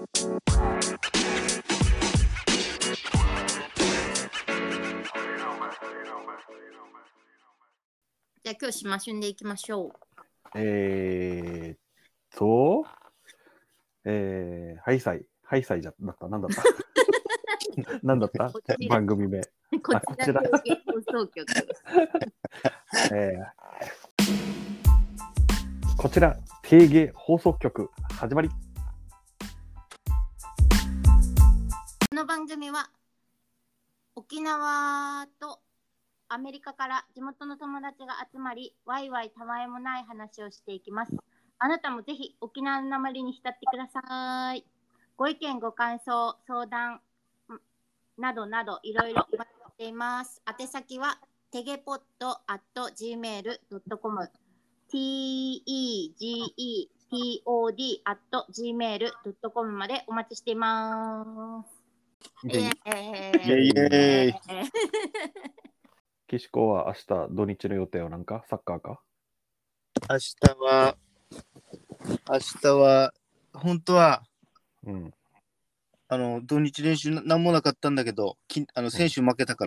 じゃあ今日しましゅんでいきましょう。 ハイサイだった。なんだったなんだった番組名。 こちら定芸放送局。 こちら定芸放送局始まり。 この番組は沖縄とアメリカから地元の友達が集まり、ワイワイたわいもない話をしていきます。あなたもぜひ沖縄の訛りに浸ってください。ご意見ご感想相談などなどいろいろお待ちしています。宛先はてげぽっと @gmail.com tegepod@gmail.com までお待ちしています。イエーイ。 岸子は明日土日の予定は何かサッカーか？ 明日は本当は、土日練習なんもなかったんだけど、先週負けたから。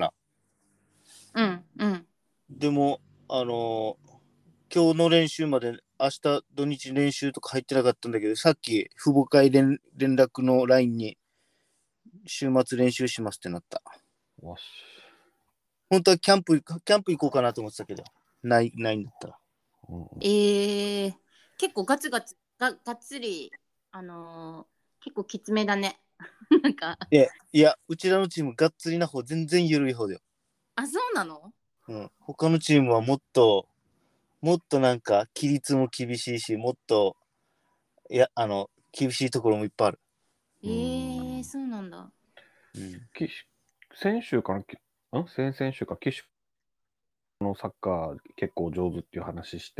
でも今日の練習まで明日土日練習とか入ってなかったんだけど、さっき父母会連絡の LINE に週末練習しますってなった。 よし。 本当はキャンプ行こうかなと思ってたけど、ないんだったら。 結構がっつり結構きつめだね。なんかいやうちらのチームがっつりな方、全然緩い方だよ。 あ、そうなの？ 他のチームはもっとなんか規律も厳しいし、もっと厳しいところもいっぱいある。 そうなんだ。 先週かな、先々週か、岸のサッカー結構上手っていう話して、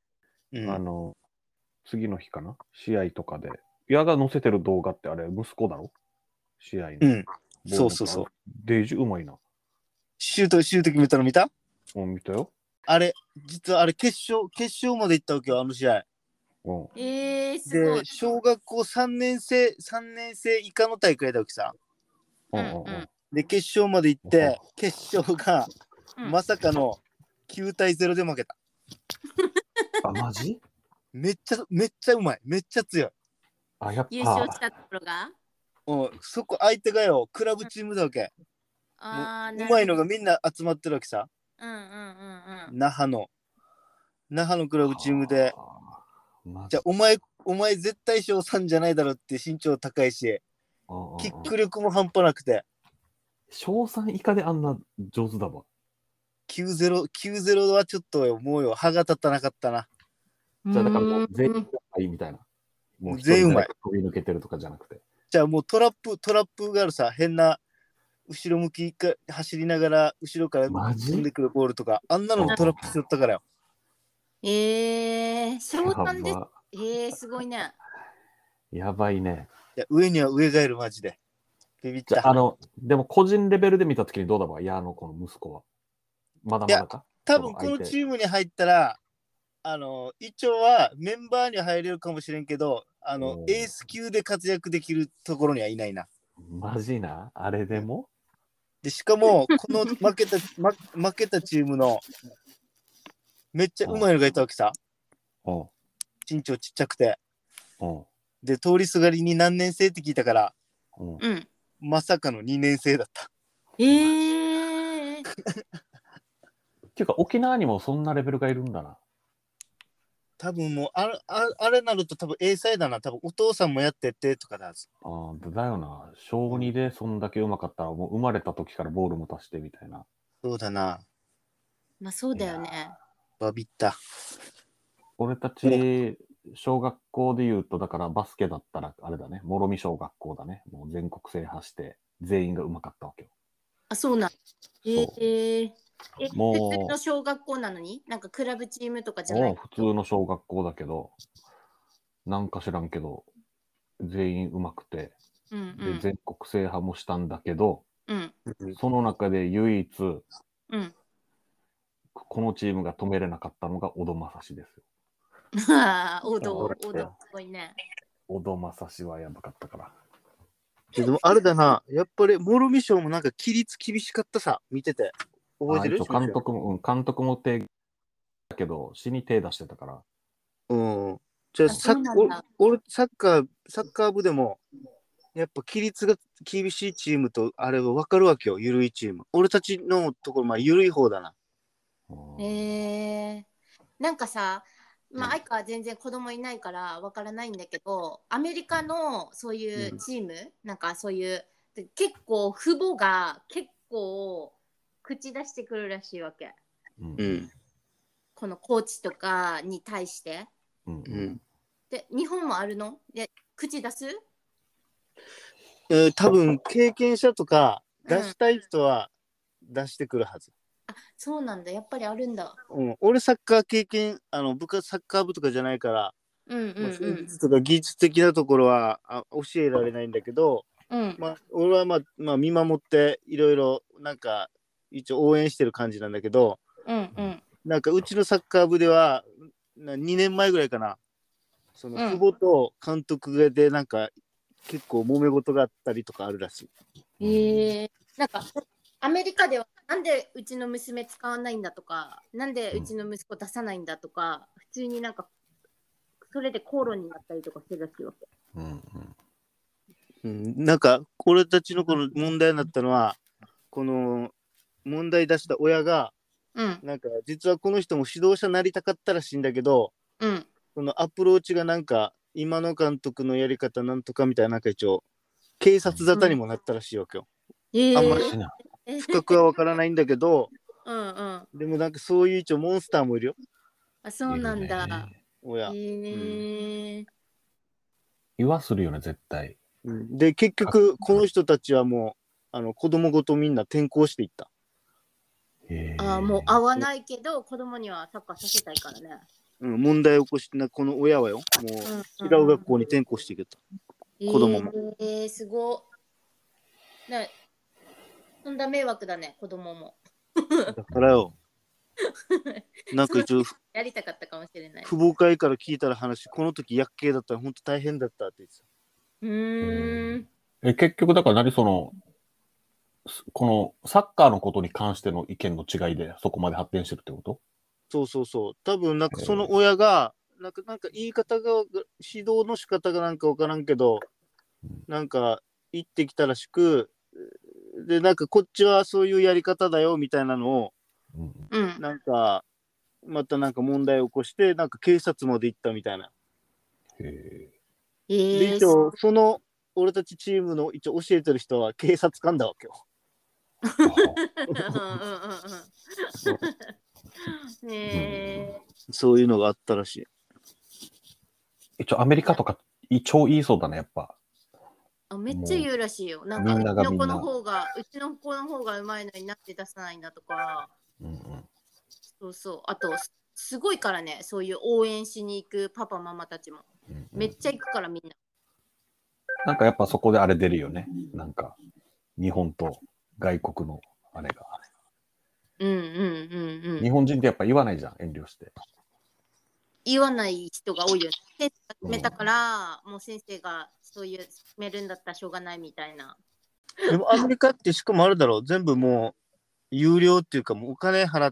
次の日かな、試合とかで矢が載せてる動画ってあれ息子だろ、試合の。 そう。 デイジうまいな。 シュート決めたの見た？ 見たよ。 実はあれ決勝まで行ったわけよ、あの試合。 すごい。 で、小学校3年生以下の大会だわけさ。で、決勝まで行って、決勝がまさかの9対0で負けた。 あ、マジ？ めっちゃうまい。めっちゃ強い。 あ、やっぱ優勝したところが？ そこ相手がよ、クラブチームだわけ。うまいのがみんな集まってるわけさ。那覇のクラブチームで。じゃあお前絶対賞賛じゃないだろって身長高いし、キック力も半端なくて。 賞賛以下であんな上手だわ。 9-0はちょっともうよ、歯が立たなかったな。 じゃあだからもう全員うまいみたいな。もう全員うまい。 飛び抜けてるとかじゃなくて。 じゃあもうトラップがあるさ、変な後ろ向き走りながら後ろから飛んでくるボールとか、あんなのもトラップしとったからよ。 賞賛です。すごいね。 やばいね。 いや、上には上がいる、マジで。ビビった。 でも個人レベルで見たときにどうだわ、矢のこの息子は。まだまだか？ 多分このチームに入ったら、一応はメンバーに入れるかもしれんけど、エース級で活躍できるところにはいないな。 マジな？あれでも？ で、しかも、この負けたチームの、めっちゃうまいのがいたわけさ。身長ちっちゃくて。で、通りすがりに何年生って聞いたから、まさかの2年生だった。 っていうか、沖縄にもそんなレベルがいるんだな。 多分もう、あれなると多分 A サイだな。多分お父さんもやっててとかだはず。 だよな。小2でそんだけうまかったら、もう生まれた時からボールも足してみたいな。 そうだな。 まあそうだよね。 バビった。 俺たち、小学校で言うと、だからバスケだったらあれだね。諸見小学校だね。もう全国制覇して、全員がうまかったわけよ。 あ、そうなん。 もう普通の小学校なのになんかクラブチームとかじゃない？ 普通の小学校だけど、なんか知らんけど、全員うまくて、で、全国制覇もしたんだけど、その中で唯一、このチームが止めれなかったのが小戸正史ですよ。 小戸すごいね。 小戸正史はやばかったから。 でもあれだな、やっぱり諸見賞もなんか規律厳しかったさ、見てて。覚えてる？ 監督も手だけど、死に手出してたから。 うん。じゃあ俺サッカー部でも、やっぱ規律が厳しいチームとあれは分かるわけよ、緩いチーム。俺たちのところ、まあ緩い方だな。 なんかさ、まあ、愛花は全然子供いないからわからないんだけど、アメリカのそういうチーム、なんかそういう結構父母が結構口出してくるらしいわけ、このコーチとかに対して、で日本もあるので口出す？ 多分経験者とか出したい人は出してくるはず。 あ、そうなんだ、やっぱりあるんだ。 俺サッカー経験、サッカー部とかじゃないから、戦術とか技術的なところは教えられないんだけど、俺はまあ見守っていろいろなんか一応応援してる感じなんだけど、なんかうちのサッカー部では2年前ぐらいかな、その父母と監督でなんか結構揉め事があったりとかあるらしい。なんかアメリカではなんでうちの娘使わないんだとか、なんでうちの息子出さないんだとか、普通になんかそれで口論になったりとかするらしいわけ。 なんか俺たちのこの問題になったのは、この問題出した親が、なんか実はこの人も指導者になりたかったらしいんだけど、そのアプローチがなんか今の監督のやり方なんとかみたいな、なんか一応警察沙汰にもなったらしいわけよ。あんまり深くは分からないんだけど、でもなんかそういう一応モンスターもいるよ。 あ、そうなんだ。 親。 言わするよね、絶対。 で、結局この人たちはもう子供ごとみんな転校していった。 もう合わないけど子供にはサッカーさせたいからね。 問題を起こしてこの親はよ、もう違う学校に転校していけた。子供も。 すごい。そんな迷惑だね、子供も。 だからよ。なんか一応やりたかったかもしれない。 父母会から聞いたら話、この時薬系だったら本当大変だったって言ってた。結局だからこのサッカーのことに関しての意見の違いでそこまで発展してるってこと？ そう。多分なんかその親がなんか言い方が指導の仕方がなんか分からんけど、なんか言ってきたらしく、でなんかこっちはそういうやり方だよみたいなのを、なんかまたなんか問題を起こしてなんか警察まで行ったみたいな。で一応その俺たちチームの一応教えてる人は警察官だわけよ。そういうのがあったらしい。 一応アメリカとか超言いそうだね、やっぱ。 めっちゃ言うらしいよ。なんかうちの子の方がうまいのになって出さないんだとか。そう。あとすごいからね、そういう応援しに行くパパママたちも。めっちゃ行くからみんな。 なんかやっぱそこであれ出るよね。なんか日本と外国のあれが。日本人ってやっぱ言わないじゃん、遠慮して。 言わない人が多いよね。先生が決めたから、もう先生がそういう決めるんだったらしょうがないみたいな。 でもアメリカってしかもあるだろう、全部もう有料っていうかもうお金払って、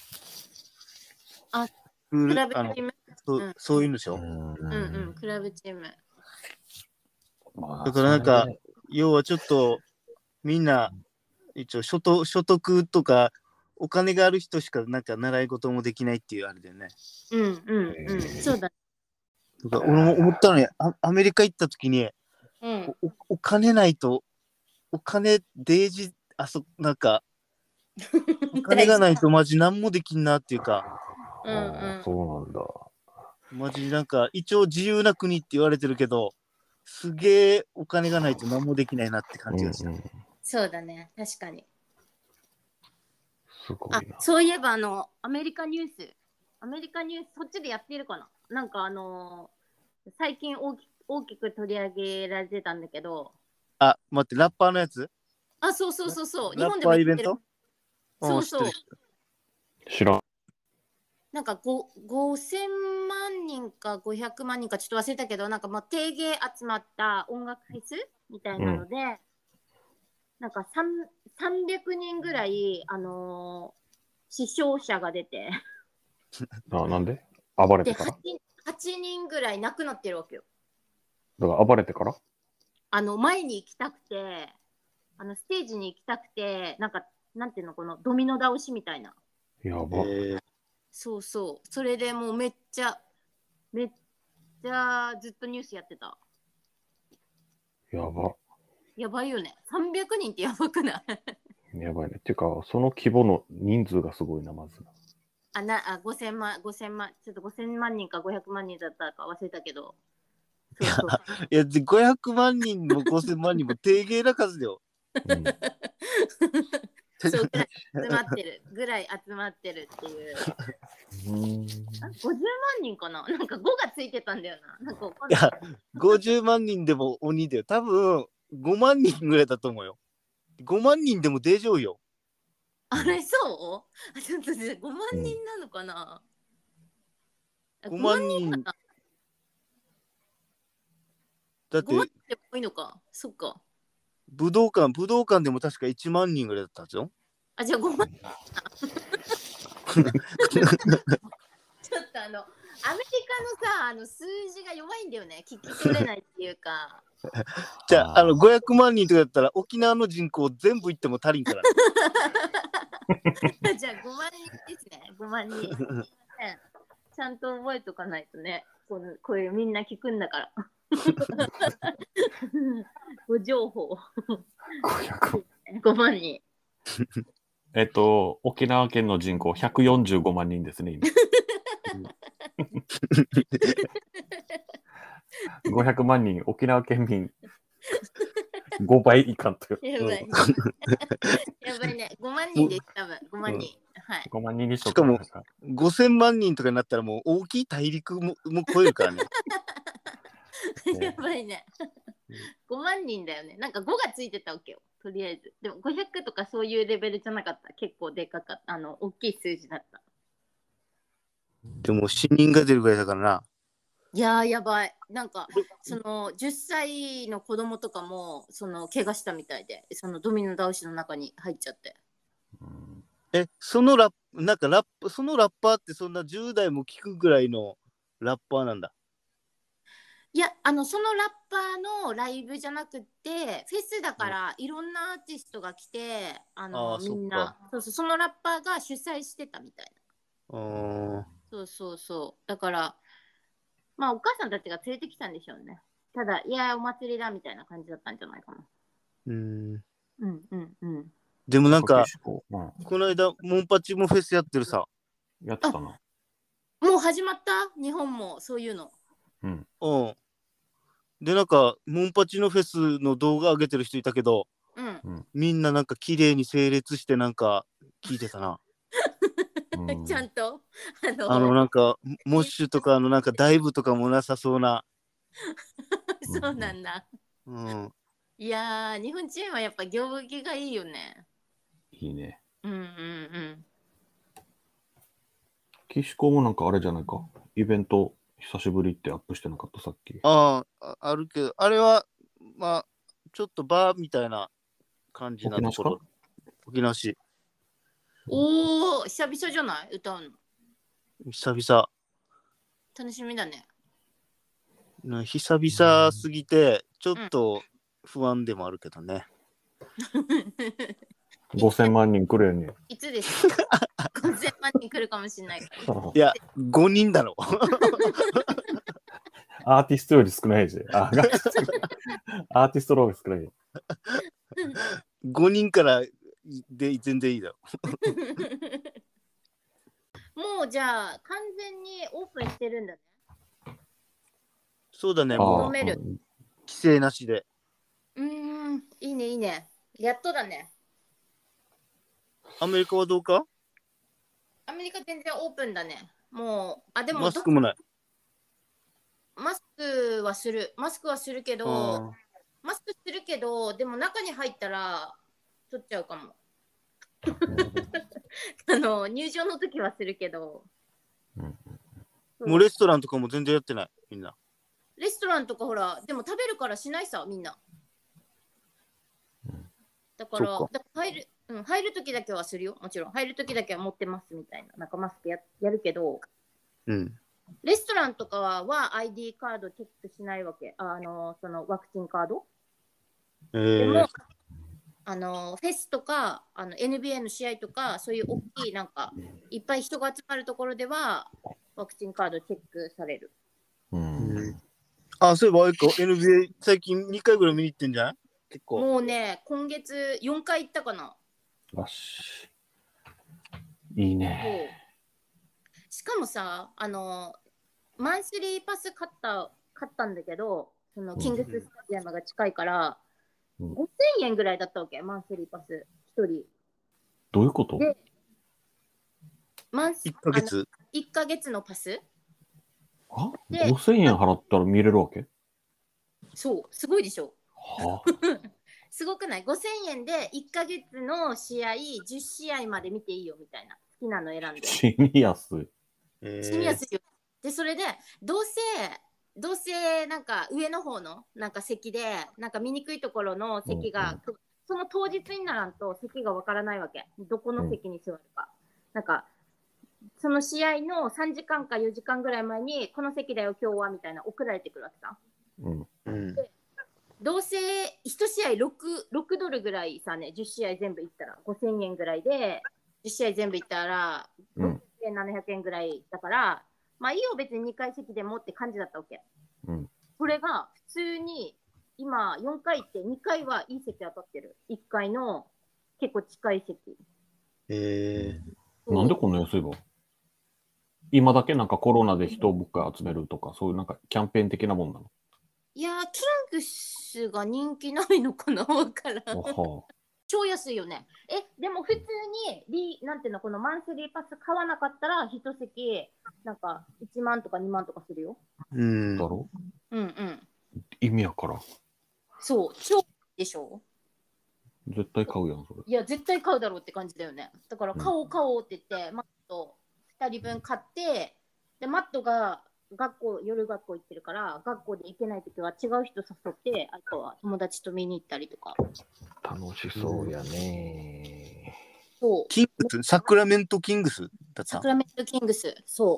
クラブチームそういうんでしょ。 クラブチーム。 だからなんか要はちょっとみんな一応所得とかお金がある人しかなんか習い事もできないっていうあれでね。 そうだ。 俺も思ったのにアメリカ行った時に、お金ないとお金デージなんかお金がないとマジ何もできんなっていうか。 そうなんだ。 マジなんか一応自由な国って言われてるけど、すげえお金がないと何もできないなって感じがした。 そうだね、確かに。 すごいな。 そういえばアメリカニュースそっちでやっているかな。なんか最近大きく取り上げられてたんだけど。 待って、ラッパーのやつ？ そう。 日本でもやってる。 そう。 知らん。 なんか5000万人か500万人かちょっと忘れたけど、なんかもう定芸集まった音楽フェスみたいなので、なんか300人ぐらい、死傷者が出てなんで暴れてから 8人ぐらい亡くなってるわけよ。 だから暴れてから前に行きたくて、ステージに行きたくて、なんていうの、このドミノ倒しみたいな。 やば。 そうそう。それでもうめっちゃずっとニュースやってた。 やば。 やばいよね。300人ってやばくないやばいね。っていうか、その規模の人数がすごいな、まず。 5000万、ちょっと5000万人か500万人だったか忘れたけど。 いや、500万人も5000万人も低芸な数だよ。 そうぐらい集まってるっていう。50万人かな、なんか5がついてたんだよな。なんかいや、50万人でも鬼だよ。多分5万人ぐらいだと思うよ。5万人でも出場よ。 あれそうちょっと5万人なのかな、 5万人。だって、5万人でもいいのか。そっか。 武道館でも確か1万人ぐらいだったんですよ。 じゃあ5万人。ちょっとアメリカのさ、数字が弱いんだよね。聞き取れないっていうか。 じゃあ、500万人とかだったら沖縄の人口全部いっても足りんから。 じゃあ5万人ですね。5万人。ちゃんと覚えとかないとね。こういうみんな聞くんだから。ご情報。5万人。 沖縄県の人口145万人ですね、今。500万人、沖縄県民5倍以下という。 やばい。やばいね。5万人です、多分。5万人。はい。 5万人にしかも5000万人とかになったらもう大きい大陸も超えるからね。 やばいね。5万人だよね。なんか5がついてたわけよ。とりあえず。でも500とかそういうレベルじゃなかった。結構でかかった。大きい数字だった。 でも死人が出るぐらいだからな。 いやーやばい。なんかその10歳の子供とかも怪我したみたいで、そのドミノ倒しの中に入っちゃって。 そのラッパーってそんな10代も聞くぐらいのラッパーなんだ。 いや、そのラッパーのライブじゃなくて、フェスだからいろんなアーティストが来て、みんなそのラッパーが主催してたみたいな。そう。だから、まあお母さんたちが連れてきたんでしょうね。ただ、いや、お祭りだみたいな感じだったんじゃないかな。 でもなんか、この間、モンパチもフェスやってるさ。 やってたな。 もう始まった？日本もそういうの。 で、なんか、モンパチのフェスの動画上げてる人いたけど、みんななんか綺麗に整列してなんか聞いてたな。 ちゃんとなんか、モッシュとかなんかダイブとかもなさそうな。 そうなんだ。いやー、日本チームはやっぱ行儀がいいよね。 いいね。 うん岸子もなんかあれじゃないか。イベント久しぶりってアップしてなかったさっき。 あるけど、あれは、まあ、ちょっとバーみたいな感じなところ。沖縄市。 おー、久々じゃない？歌うの。 久々。 楽しみだね。 久々すぎて、ちょっと不安でもあるけどね。 5000万人来るよね。 いつですか？ 5000 万人来るかもしれないから。 いや、5人だろ。 アーティストより少ないじゃん。アーティストの方が少ない。 5人からで全然いいだろ。 もうじゃあ完全にオープンしてるんだね。 そうだね、もう規制なしで。 いいねいいね。やっとだね。 アメリカはどうか？ アメリカ全然オープンだね。もう、でもマスクもない。 マスクはするけど、でも中に入ったら取っちゃうかも。入場の時はするけど。 もうレストランとかも全然やってない、みんな。 レストランとかほら、でも食べるからしないさ、みんな。だから入るときだけはするよ、もちろん。入るときだけは持ってますみたいな。なんかマスクやるけど、レストランとかは ID カードチェックしないわけ。そのワクチンカード。でも、フェスとかNBA の試合とか、そういう大きいなんかいっぱい人が集まるところではワクチンカードチェックされる。 あ、そういえばNBA 最近2回ぐらい見に行ってんじゃない？結構。 もうね、今月4回行ったかな。 よし。いいね。 しかもさ、マンスリーパス買ったんだけど、そのキングススタジアムが近いから、5000円ぐらいだったわけ、マンスリーパス1人。 どういうこと？で 1ヶ月 ？1ヶ月のパスあ ?5000 円払ったら見れるわけ？ そう、すごいでしょ。すごくない？ 5000 円で1ヶ月の試合10試合まで見ていいよみたいな。好きなの選んで。 死にやすい。 死にやすいよ。で、それで、どうせなんか上の方のなんか席で、なんか見にくいところの席が、その当日にならんと席がわからないわけ。どこの席に座るか。なんか、その試合の3時間か4時間ぐらい前に、この席だよ今日はみたいな送られてくるわけさ。でどうせ1試合 6ドルぐらいさね、10試合全部いったら5000円ぐらいで、10試合全部いったら6700円ぐらいだから、まあいいよ別に2階席でもって感じだったわけ。それが普通に今4回って2回はいい席当たってる。1階の結構近い席。 なんでこんな安いの？今だけなんかコロナで人を僕が集めるとか、そういうなんかキャンペーン的なもんなの？ いやー、キングスが人気ないのかな、わからん。超安いよね。でも普通になんていうの、このマンスリーパス買わなかったら一席なんか1万とか2万とかするよ。 だろ？意味やから。 そう、超でしょ？ 絶対買うやん、それ。 いや、絶対買うだろうって感じだよね。だから買おうって言って、マット2人分買って、で、マットが夜学校行ってるから、学校で行けないときは違う人誘って、あとは友達と見に行ったりとか。 楽しそうやね。 そう。キングス？サクラメントキングスだった？ サクラメントキングス、そう。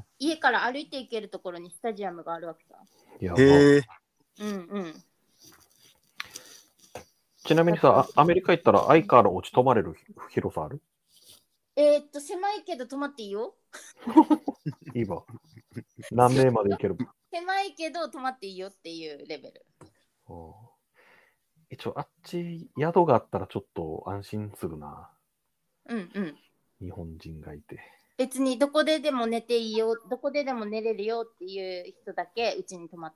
家から歩いて行けるところにスタジアムがあるわけさ。 ちなみにさ、アメリカ行ったら相変わらず落ち泊まれる広さある？ 狭いけど泊まっていいよ。 いいわ。何名まで行ける？ 狭いけど泊まっていいよっていうレベル。 一応あっち宿があったらちょっと安心するな。日本人がいて。 別にどこででも寝ていいよ、どこででも寝れるよっていう人だけうちに泊まって。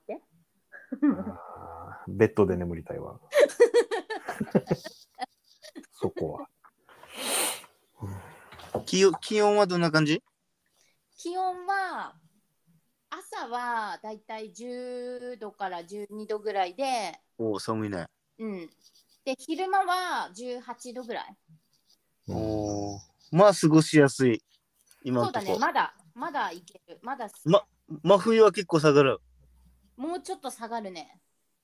ベッドで眠りたいわ。そこは。 気温はどんな感じ？ 気温は朝はだいたい10度から12度ぐらいで、 寒いね。 で昼間は18度ぐらい。 まあ過ごしやすい。今そうだね、まだいける。 真冬は結構下がる。 もうちょっと下がるね。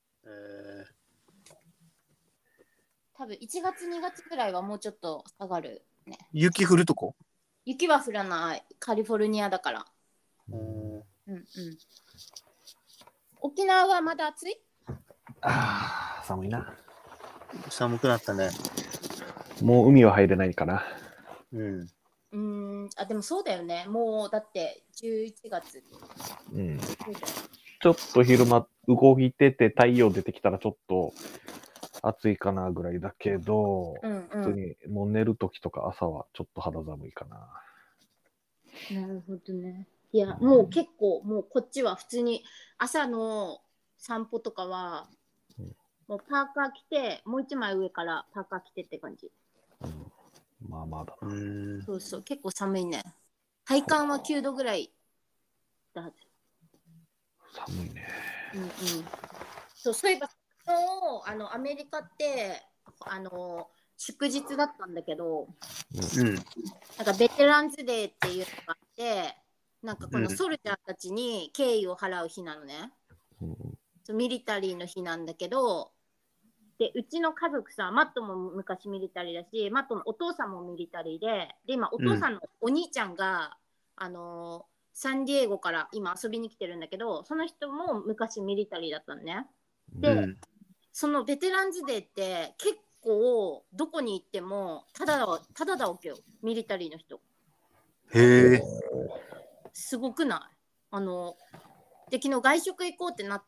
多分1月2月ぐらいはもうちょっと下がるね。 雪降るとこ？ 雪は降らない。カリフォルニアだから。沖縄はまだ暑い？ 寒いな。 寒くなったね。 もう海は入れないかな。 でもそうだよね。もうだって11月。 ちょっと昼間動いてて太陽出てきたらちょっと暑いかなぐらいだけど、普通にもう寝るときとか朝はちょっと肌寒いかな。 なるほどね。いや、もう結構もうこっちは普通に朝の散歩とかは、もうパーカー着て、もう一枚上からパーカー着てって感じ。 まあまあだな。そうそう、結構寒いね。体感は9度ぐらいだはず。 寒いね。 そういえばアメリカって祝日だったんだけど、 うん。 なんかベテランズデーっていうのがあって、なんかこのソルジャーたちに敬意を払う日なのね。ミリタリーの日なんだけど、でうちの家族さ、マットも昔ミリタリーだし、マットのお父さんもミリタリーで、今お父さんのお兄ちゃんが、サンディエゴから今遊びに来てるんだけど、その人も昔ミリタリーだったのね。で、そのベテランズデーって結構どこに行ってもただだわけよ、ミリタリーの人。 へえ。 すごくない？で昨日外食行こうってなって、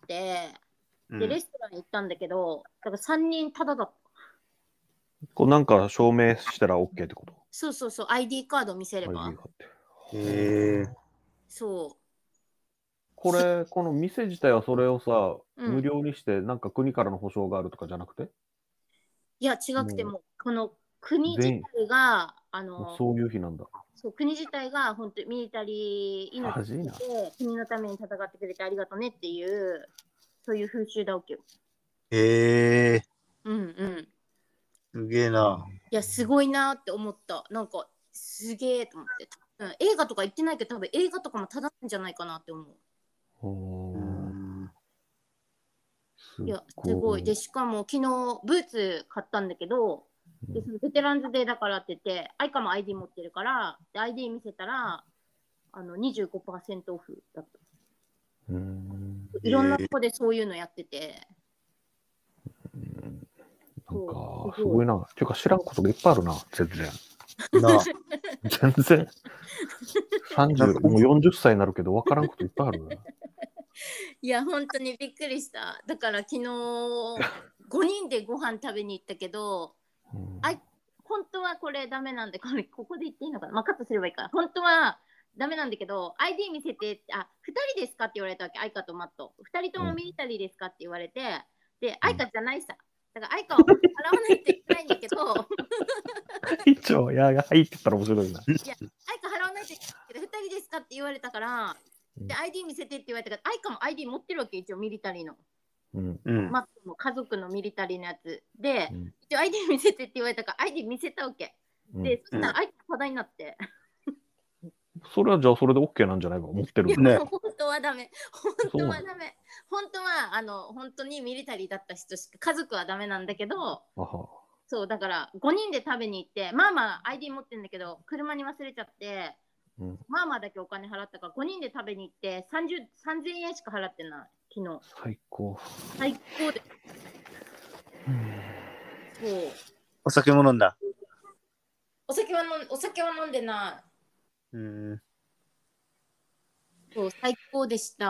でレストラン行ったんだけど、だから3人ただだった。 こうなんか証明したら OK ってこと？ そうそうそう、ID カード見せれば。 ID カードへえ。 そう。 この店自体はそれをさ、無料にしてなんか国からの保証があるとかじゃなくて？ いや違くても、この国自体がそういう日なんだ。 そう国自体が本当にミリタリー命を懸けて国のために戦ってくれてありがとうねっていう、そういう風習だわけよ。 へえ。 うんうん。 すげえな。 いやすごいなって思った。なんかすげえと思って、映画とか行ってないけど多分映画とかもただなんじゃないかなって思う。いやすごい。でしかも昨日ブーツ買ったんだけど、でそのベテランズデーだからって言ってアイカも ID 持ってるから、で ID 見せたら25% オフだった。いろんなとこでそういうのやってて、 なんかすごいな。ていうか知らんことがいっぱいあるな、全然。全然。もう40歳になるけど分からんこといっぱいあるな。 いや本当にびっくりした。だから昨日5人でご飯食べに行ったけど、本当はこれダメなんで、ここで言っていいのかな、まあ、カットすればいいから。本当はダメなんだけど、ID 見せて、2人ですかって言われたわけ、アイカとマット。2人ともミリタリーですかって言われて、で、アイカじゃないさ。だからアイカを払わないといけないんだけど、 一応、入ってたら面白いな。いや、アイカ払わないといけないけど、2人ですかって言われたから、で、ID 見せてって言われたから、アイカも ID 持ってるわけ、一応ミリタリーの。マットも家族のミリタリーのやつで、一応 ID 見せてって言われたから ID 見せたわけ。で、そしたら ID 課題になって。 それはじゃあそれで OK なんじゃないか、持ってるね。本当はダメ。本当はダメ。本当は本当にミリタリーだった人しか、家族はダメなんだけど、そうだから5人で食べに行って、ママ ID 持ってるんだけど車に忘れちゃって、ママだけお金払ったから5人で食べに行って3000円しか払ってない、昨日。 最高で。そう。 お酒も飲んだ？ お酒は飲んでない。そう、最高でした。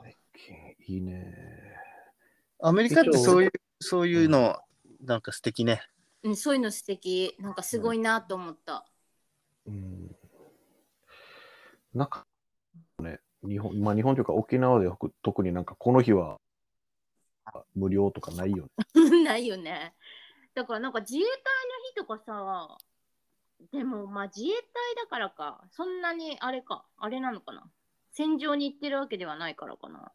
いいね。 アメリカってそういうのなんか素敵ね。 そういうの素敵。なんかすごいなと思った。 なんかね、日本というか沖縄では特になんかこの日は無料とかないよね。ないよね。だからなんか自衛隊の日とかさ、でもまあ自衛隊だからか、そんなにあれなのかな。戦場に行ってるわけではないからかな。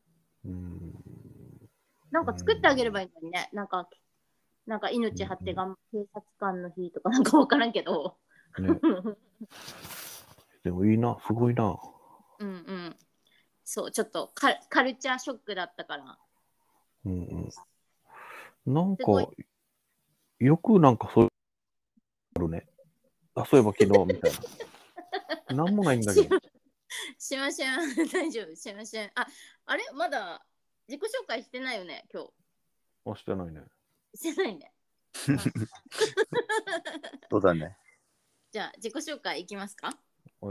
なんか作ってあげればいいのにね。なんか命張って警察官の日とかなんか分からんけど。ね、 でもいいな、すごいな。 そう、ちょっとカルチャーショックだったから。 なんか、よくなんかそういうあるね。そういえば昨日みたいな。なんもないんだけど。 しましゃん、大丈夫、しましゃん。あれまだ自己紹介してないよね、今日。 してないね。 してないね。 そうだね。 じゃあ、自己紹介いきますか？ はい。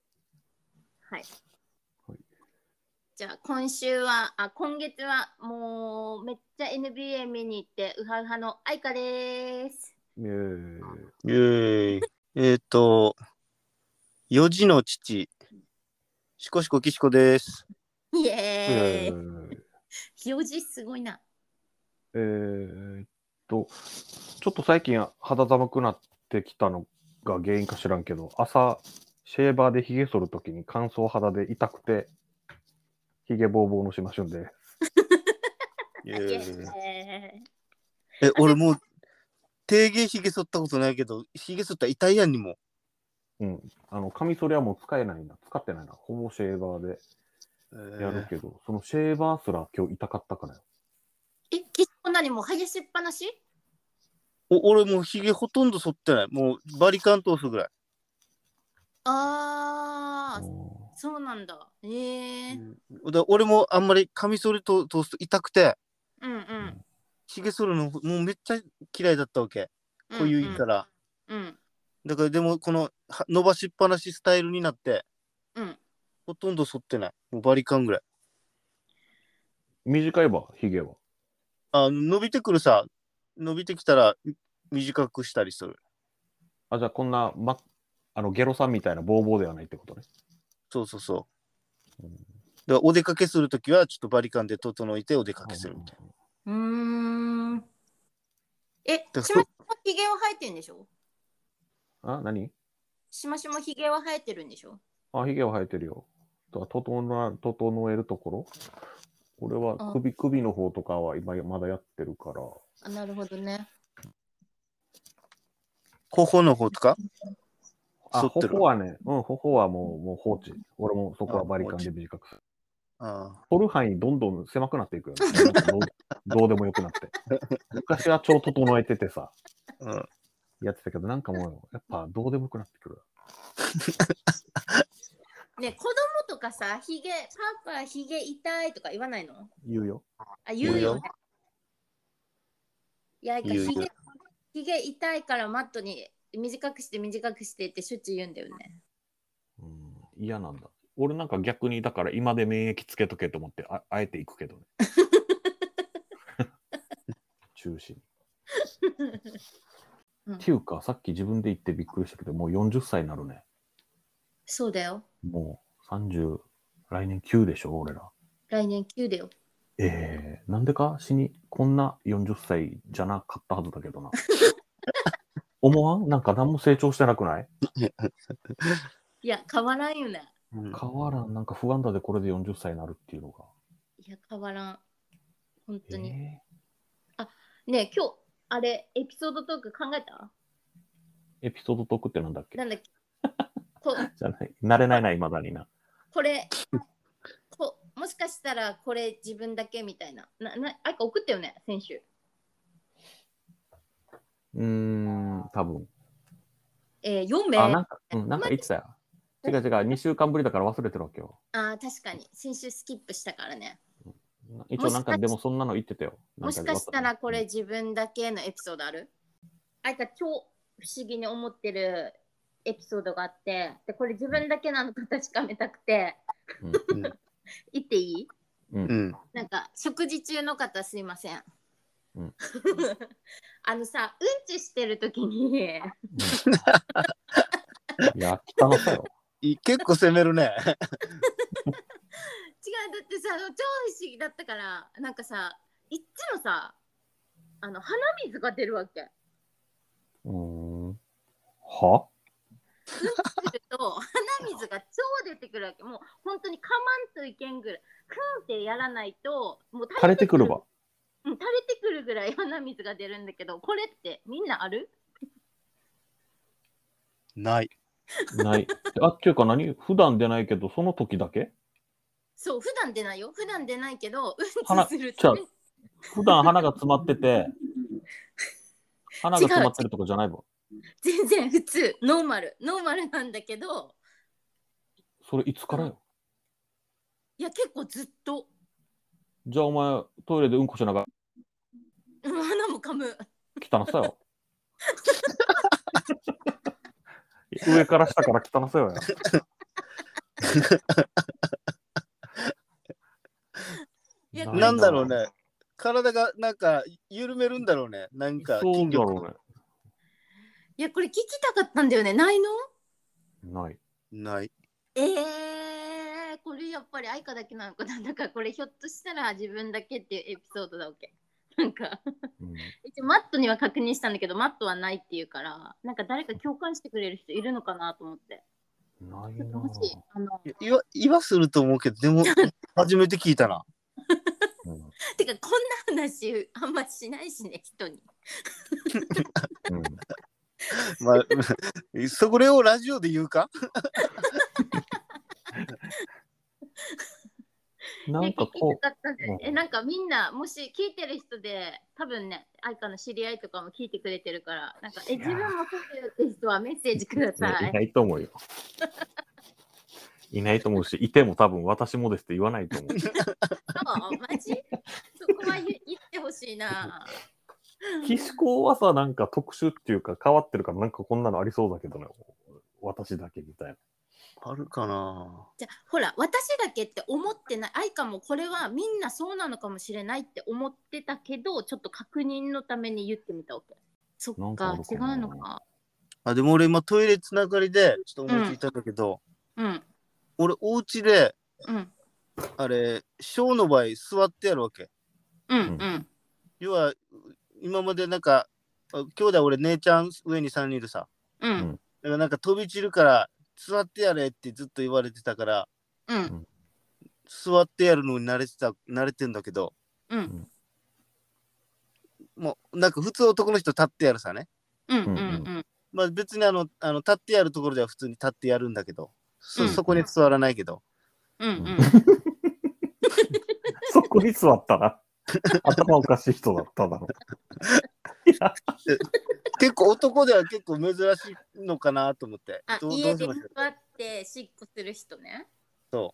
じゃあ、今月はもうめっちゃ NBA 見に行ってウハウハのアイカです。 イェーイ。4児の父、シコシコキシコです。 イエーイ。4児すごいな。 ちょっと最近肌寒くなってきたのが原因か知らんけど、朝シェーバーでひげ剃るときに乾燥肌で痛くてひげボーボーのしましゅんで。 俺もう定芸ひげ剃ったことないけど、ひげ剃ったら痛いやんにも。 うん。カミソリはもう使えないんだ。使ってないな。ほぼシェーバーでやるけど、そのシェーバーすら今日痛かったからよ。 こんなにもう生やしっぱなし？ 俺もうひげほとんど剃ってない。もうバリカン通すぐらい。 そうなんだ。 俺もあんまりカミソリ通すと痛くて、ひげ剃るのもうめっちゃ嫌いだったわけ。濃ゆいから。だからでもこの伸ばしっぱなしスタイルになって、ほとんど剃ってない。もうバリカンぐらい。 短いわ、ひげは。 伸びてくるさ、伸びてきたら短くしたりする。 じゃあこんな、ゲロさんみたいなボーボーではないってことね。 そうそうそう。だからお出かけするときはちょっとバリカンで整えてお出かけするみたいな。 しましまひげは生えてるんでしょ？ 何？ しましまひげは生えてるんでしょ？ ひげは生えてるよ。整えるところ。俺は首の方とかは今まだやってるから。 なるほどね。 頬の方とか？ 頬はね、頬はもう放置。俺もそこはバリカンで短くする。取る範囲どんどん狭くなっていくよね。どうでもよくなって。昔は超整えててさ、やってたけど、なんかもう、やっぱどうでもよくなってくる。 ね、子供とかさ、パパひげ痛いとか言わないの？ 言うよ。 言うよね。いや、ひげ痛いからマットに短くしてってしょっちゅう言うんだよね。 嫌なんだ。俺なんか逆にだから今で免疫つけとけと思ってあえていくけどね。中止に。っていうかさっき自分で言ってびっくりしたけどもう40歳になるね。 そうだよ。 もう30来年9でしょ俺ら。 来年9だよ。 なんでかこんな40歳じゃなかったはずだけどな。思わん？なんか何も成長してなくない？ いや変わらんよね。 変わらん。なんか不安だでこれで40歳になるっていうのが。 いや変わらん。本当に。ねえ今日あれエピソードトーク考えた？ エピソードトークってなんだっけ？ なんだっけ？ じゃない。慣れないな、未だにな。 これもしかしたらこれ自分だけみたいな。あいか送ったよね、先週。 多分。 4名。 なんか言ってたよ。違う、2週間ぶりだから忘れてるわけよ。 確かに。先週スキップしたからね。 一応なんかでもそんなの言ってたよ。 もしかしたらこれ自分だけのエピソードある？あいか超不思議に思ってるエピソードがあって、でこれ自分だけなのか確かめたくて。言っていい？なんか食事中の方すいません。さ、うんちしてるときにいや汚さよ。 結構攻めるね。 違う、だってさ、超不思議だったから、なんかさ、いっつもさ、鼻水が出るわけ。 は？ うんちすると鼻水が超出てくるわけ。もう本当にかまんといけんぐらい。ふんってやらないと、もう垂れてくるわ。 垂れてくるぐらい鼻水が出るんだけど、これってみんなある？ ない。 っていうか普段出ないけど、その時だけ？ そう、普段出ないよ。普段出ないけど、うんちすると。 普段鼻が詰まってて、鼻が詰まってるとかじゃないわ。 全然普通、ノーマルなんだけど。 それいつからよ？ いや、結構ずっと。 じゃあお前、トイレでうんこしながら。鼻も噛む。 汚さよ。上から下から汚さよや。なんだろうね。体がなんか緩めるんだろうね。なんか筋力。 そうだろうね。 いや、これ聞きたかったんだよね。ないの？ ない。 これやっぱり愛花だけなのかな。だからこれひょっとしたら自分だけっていうエピソードだわけ。なんか一応マットには確認したんだけど、マットはないっていうから、なんか誰か共感してくれる人いるのかなと思って。 ないな。 もし言わすると思うけど、でも初めて聞いたな。 てかこんな話あんましないしね、人に。 まあ、それをラジオで言うかなんかこう、なんかみんなもし聞いてる人で多分ね、愛花の知り合いとかも聞いてくれてるから、なんか自分もそういうって人はメッセージください。 いないと思うよ。いないと思うし、いても多分私もですって言わないと思う。 そう、マジ？そこは言ってほしいな。 岸子はさ、なんか特殊っていうか変わってるから、なんかこんなのありそうだけどね。私だけみたいな。 あるかな。 じゃあほら、私だけって思ってない。愛花もこれはみんなそうなのかもしれないって思ってたけど、ちょっと確認のために言ってみたわけ。そっか、違うのか。 あ、でも俺今トイレつながりでちょっと思いついたんだけど、俺お家で、あれ、ショーの場合座ってやるわけ。要は今までなんか兄弟俺姉ちゃん上に3人いるさ。だからなんか飛び散るから座ってやれってずっと言われてたから、座ってやるのに慣れてんだけど、もうなんか普通男の人立ってやるさね。まあ別に立ってやるところでは普通に立ってやるんだけど、そこに座らないけど。 そこに座ったら頭おかしい人だっただろ。 結構男では結構珍しいのかなと思って。 家で座ってしっこする人ね。 そう。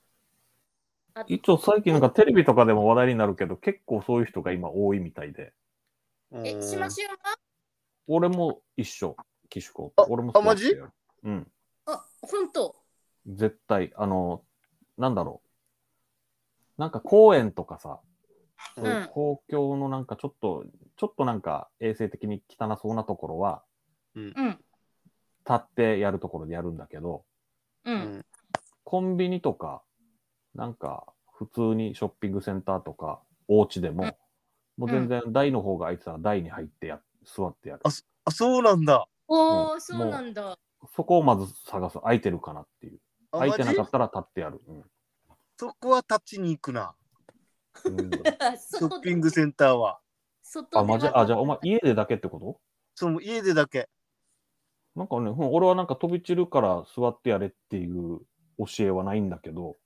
一応最近なんかテレビとかでも話題になるけど、結構そういう人が今多いみたいで。 しましょうか。 俺も一緒、岸子。俺も座ってやる。 マジ？うん。 本当？ 絶対、なんだろう。なんか公園とかさ、そういう公共のなんかちょっとなんか衛生的に汚そうなところは、立ってやるところでやるんだけど、コンビニとか、なんか普通にショッピングセンターとか、お家でも、もう全然台の方が空いてたら台に入って座ってやる。 あ、そうなんだ。 そうなんだ。 そこをまず探す。空いてるかなっていう。空いてなかったら立ってやる。 そこは立ちに行くな。ショッピングセンターは。 マジ？じゃあお前家でだけってこと？ そう、家でだけ。 なんかね、俺はなんか飛び散るから座ってやれっていう教えはないんだけど、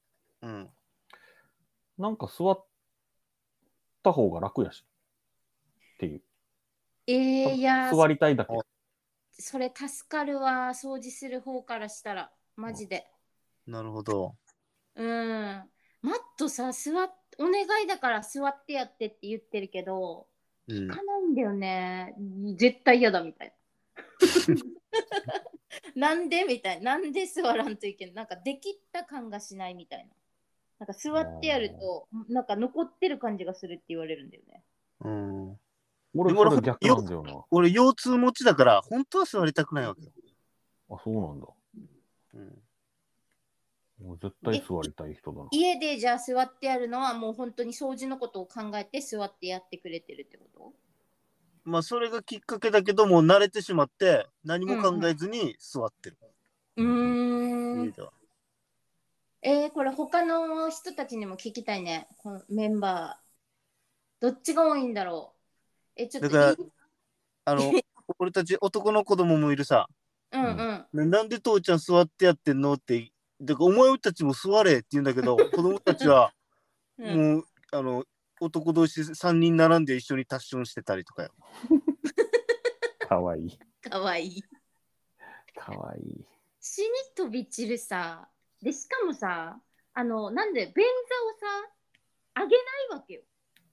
なんか座った方が楽やし。っていう。 いや、 座りたいだけ。 それ助かるわ、掃除する方からしたら、マジで。 なるほど。 マットさ、お願いだから座ってやってって言ってるけど、聞かないんだよね。絶対嫌だみたいな。なんでみたいな。なんで座らんといけない。なんかできった感がしないみたいな。なんか座ってやると、なんか残ってる感じがするって言われるんだよね。 俺それ逆なんだよな。 俺腰痛持ちだから本当は座りたくないわけよ。 あ、そうなんだ。もう絶対座りたい人だな。 家でじゃあ座ってやるのはもう本当に掃除のことを考えて座ってやってくれてるってこと？ まあそれがきっかけだけどもう慣れてしまって何も考えずに座ってる。 これ他の人たちにも聞きたいね。このメンバーどっちが多いんだろう。ちょっとだから俺たち男の子供もいるさ。なんで父ちゃん座ってやってんのって、だからお前たちも座れって言うんだけど、子供たちはもう男同士3人並んで一緒にタッションしてたりとかよ。 かわいい。 かわいい。 かわいい。 死に飛び散るさ。でしかもさ、なんで便座をさあげないわけよ。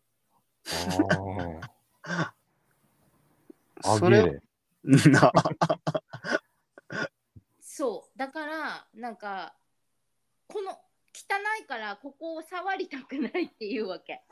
それそうだからなんかこの汚いからここを触りたくないっていうわけ。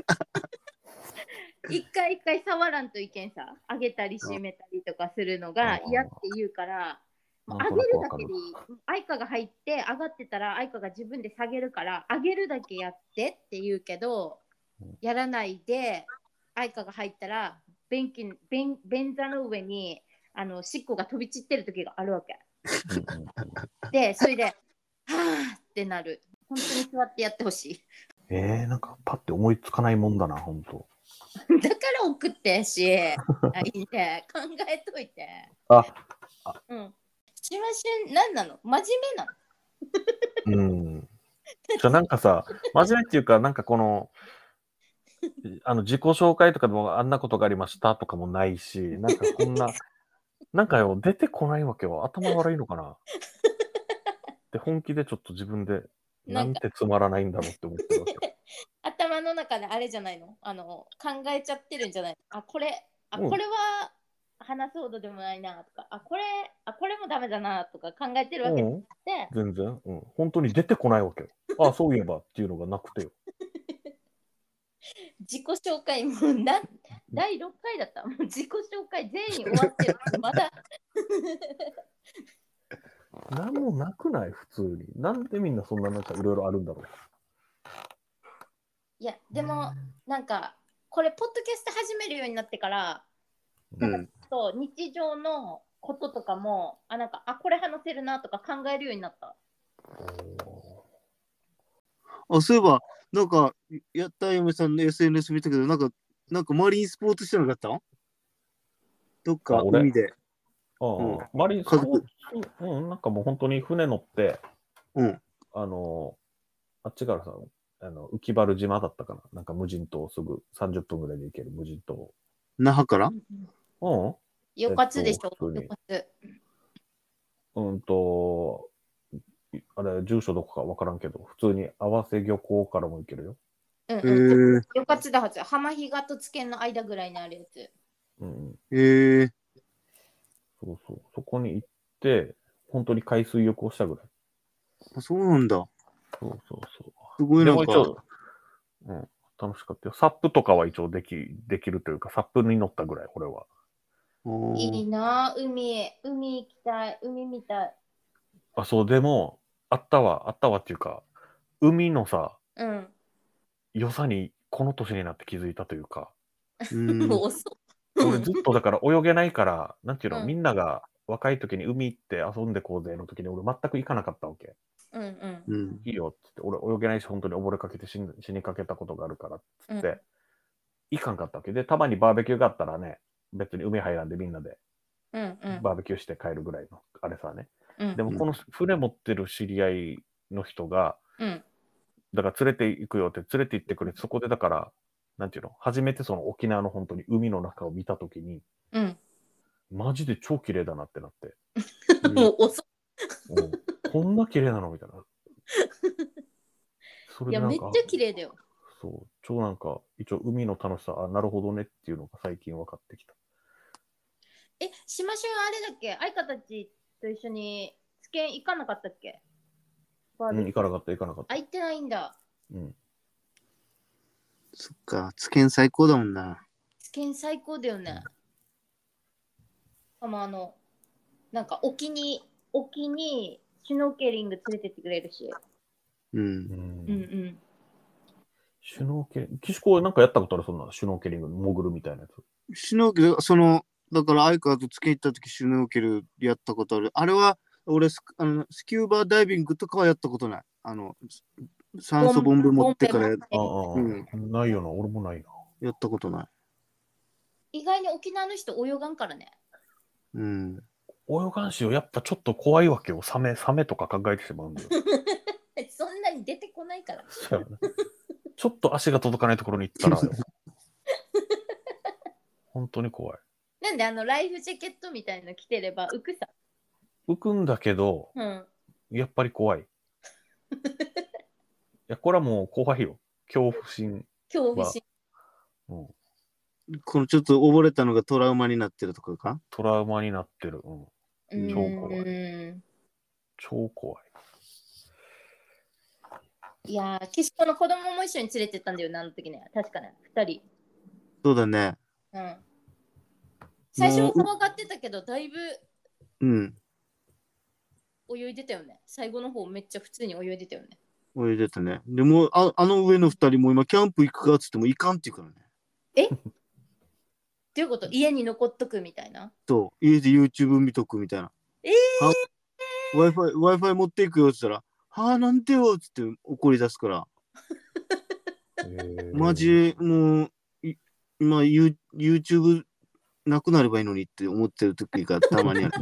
一回触らんといけんさ、上げたり締めたりとかするのが嫌って言うから、上げるだけでいい。愛花が入って上がってたら愛花が自分で下げるから上げるだけやってって言うけど、やらないで愛花が入ったら便座の上にしっこが飛び散ってる時があるわけ。でそれではぁってなる。本当に座ってやってほしい。 なんかパッて思いつかないもんだな、ほんと。 だから送ってし、いいね、考えといて。 うん。 しましゅん、何なの？真面目なの？なんかさ、真面目っていうか、なんかこの、自己紹介とかでもあんなことがありましたとかもないし、なんかこんな、なんかよ、出てこないわけよ。頭悪いのかなって本気でちょっと自分で、なんてつまらないんだろうって思ってるわけよ。 頭の中であれじゃないの？考えちゃってるんじゃないの？これは話すほどでもないなとか、これもダメだなとか考えてるわけで、 全然、本当に出てこないわけよ。そういえばっていうのがなくてよ。 自己紹介も第6回だった。もう自己紹介全員終わってる。まだ何もなくない？普通に。なんでみんなそんななんかいろいろあるんだろう。 いや、でもなんかこれポッドキャスト始めるようになってから、と日常のこととかもなんかこれ話せるなとか考えるようになった。 そういえばなんかやった嫁さんの SNS 見たけど、なんかマリンスポーツしてなかったの？どっか海で。 マリンスポーツ、なんかもう本当に船乗って、あっちからさ、浮原島だったかな。なんか無人島すぐ30分ぐらいで行ける無人島。 那覇から？ よかつでしょ、よかつ。 あれ、住所どこかわからんけど、普通に合わせ漁港からも行けるよ。 よかつだはず。浜比嘉と津堅の間ぐらいにあるやつ。 そうそう。そこに行って、本当に海水浴をしたぐらい。 そうなんだ。 そう。 すごいなんか。でも一応、楽しかったよ。サップとかは一応できるというか、サップに乗ったぐらい、これは。 いいな、海行きたい、海見たい。 そう、でも、あったわっていうか、海のさ、良さにこの年になって気づいたというか。俺ずっとだから泳げないから、なんていうの、みんなが若い時に海行って遊んでこうぜの時に俺全く行かなかったわけ。いいよって言って、俺泳げないし本当に溺れかけて死にかけたことがあるからっつって、行かんかったわけで、たまにバーベキューがあったらね、別に海入らんでみんなでバーベキューして帰るぐらいのあれさね。でもこの船持ってる知り合いの人が、だから連れて行くよって連れて行ってくれて、そこでだから、なんていうの、初めてその沖縄の本当に海の中を見たときに、マジで超綺麗だなってなって。 もう遅こんな綺麗なのみたいな。 それでなんかいや、めっちゃ綺麗だよ。 そう、超なんか、一応海の楽しさ、なるほどねっていうのが最近分かってきた。 しましゅんあれだっけ？相方たちと一緒に津堅行かなかったっけ？ 行かなかった。 行ってないんだ。 そっか、津堅最高だもんな。 津堅最高だよね。なんか沖にシュノーケリング連れてってくれるし。 シュノーケリング、岸子はなんかやったことある？そんなシュノーケリング潜るみたいなやつ。 シュノーケル、だから相川と津堅行った時シュノーケルやったことある。あれは俺スキューバーダイビングとかはやったことない。酸素ボンベ持ってからないよな、俺もないな。 やったことない。 意外に沖縄の人泳がんからね。 泳がんしよ、やっぱちょっと怖いわけよ。サメとか考えてしまうんだよ。 そんなに出てこないから。 ちょっと足が届かないところに行ったら本当に怖い。 なんでライフジャケットみたいなの着てれば浮くさ。 浮くんだけど、やっぱり怖い。いや、これはもう怖いよ。恐怖心。 このちょっと溺れたのがトラウマになってるとかか？ トラウマになってる。超怖い。超怖い。 いやー、岸子の子供も一緒に連れてったんだよな、あの時ね。確かね、2人。 そうだね。 最初は怖がってたけど、だいぶ泳いでたよね。最後の方めっちゃ普通に泳いでたよね。 泳いでたね。でもあの上の2人も今キャンプ行くかっつっても行かんって言うからね。 どういうこと？家に残っとくみたいな？ そう、家で YouTube 見とくみたいな。Wi-Fi 持っていくよって言ったら、なんでよっつって怒り出すから。 マジ、もう、今、YouTube なくなればいいのにって思ってる時がたまにある。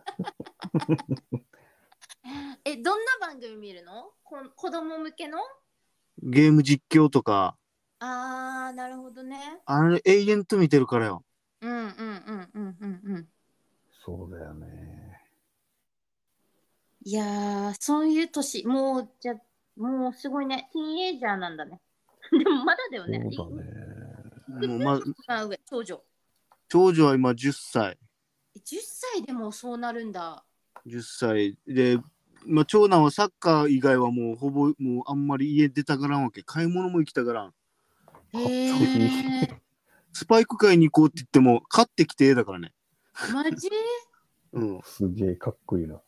どんな番組見るの？子供向けの？ ゲーム実況とか。 あー、なるほどね。 あれ、永遠と見てるからよ。 うんうんうんうんうんうん。 そうだよね。 いやー、そういう年、もう、じゃ、もうすごいね。ティーンエイジャーなんだね。でもまだだよね。 そうだね。 もうま、 上、長女。 長女は今10歳。 10歳でもそうなるんだ。 10歳で、長男はサッカー以外はもうほぼもうあんまり家出たがらんわけ。買い物も行きたがらん。 へー。 スパイク買いに行こうって言っても買ってきてだからね。 マジ？ うん。 すげえかっこいいな。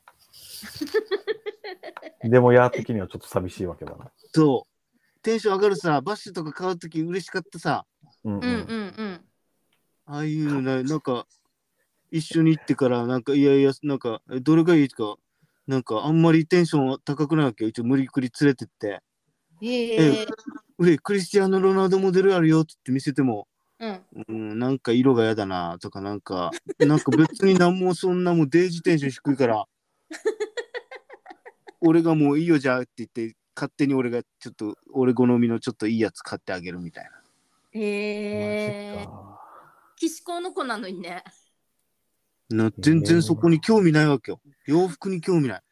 でもや的にはちょっと寂しいわけだな。 そう。テンション上がるさ、バッシュとか買うとき嬉しかったさ。 うんうん。 ああいうのなんか一緒に行ってからなんかいやいやなんかどれがいいとかなんかあんまりテンション高くないわけよ。一応無理くり連れてって。クリスティアーノ・ロナウドモデルあるよって言って見せても、なんか色が嫌だなとかなんか別になんもそんなもうデージテンション低いから俺がもういいよじゃあって言って勝手に俺がちょっと俺好みのちょっといいやつ買ってあげるみたいな。 岸子の子なのにね。 全然そこに興味ないわけよ。洋服に興味ない。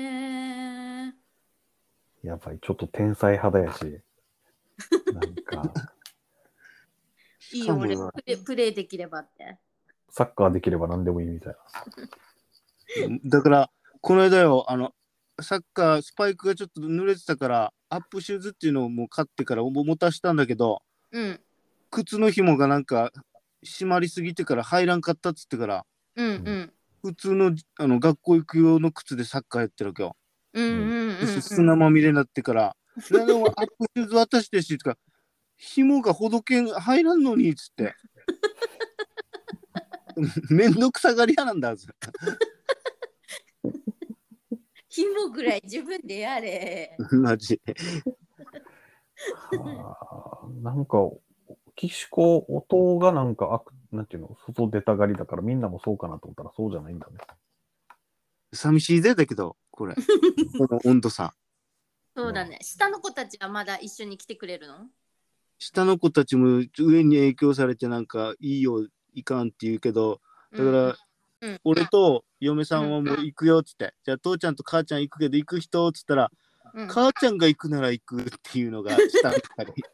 やばい、ちょっと天才派だやし。なんか。 いいよ、俺プレイできればって。 サッカーできれば何でもいいみたいな。だから、この間よ、サッカー、スパイクがちょっと濡れてたから、アップシューズっていうのをもう買ってから持たしたんだけど、靴の紐がなんか締まりすぎてから入らんかったっつってから、普通の学校行く用の靴でサッカーやってるわけよ。砂まみれになってから、でもアップシューズ渡してし、とか、紐がほどけん、入らんのにっつって。めんどくさがり屋なんだ。 紐ぐらい自分でやれ。 マジ。 なんか、岸子、音がなんか、なんていうの、外出たがりだからみんなもそうかなと思ったらそうじゃないんだね。 寂しいぜだけど、これ。この温度差。 そうだね。下の子たちはまだ一緒に来てくれるの？ 下の子たちも上に影響されてなんかいいよ、いかんって言うけど、だから、俺と嫁さんはもう行くよっつって、じゃあ父ちゃんと母ちゃん行くけど行く人っつったら、母ちゃんが行くなら行くっていうのが下の子に。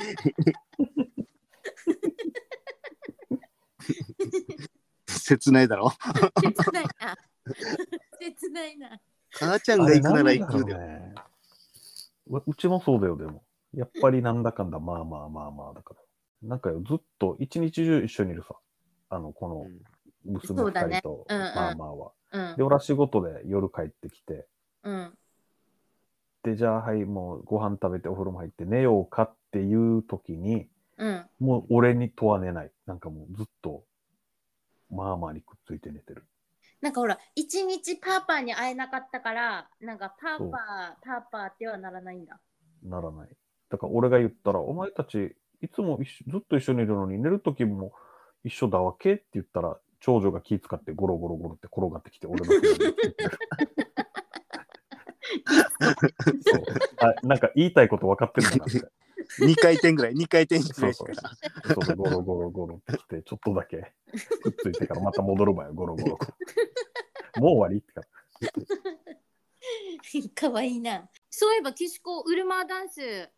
切ないだろ。 切ないな。切ないな。 母ちゃんが行くなら行くよ。 うちもそうだよ、でも。やっぱりなんだかんだ、まあまあまあまあだから。なんかよ、ずっと一日中一緒にいるさ。この娘二人とまあまあは。で、俺は仕事で夜帰ってきて。で、じゃあ、はい、もうご飯食べてお風呂も入って寝ようかっていう時に、もう俺に問わねない。なんかもうずっと、まあまあにくっついて寝てる。 なんかほら、一日パーパーに会えなかったから、なんかパーパーってはならないんだ。 ならない。だから俺が言ったら、お前たち、いつもずっと一緒にいるのに、寝るときも一緒だわけって言ったら、長女が気遣ってゴロゴロゴロって転がってきて、俺の手についてる。なんか言いたいこと分かってるんだなって。 2回転ぐらい、2回転ぐらいしか。 そうゴロゴロゴロってきて、ちょっとだけくっついてからまた戻るわよ、ゴロゴロ。もう終わりってか。 かわいいな。そういえば、岸子、ウルマーダンス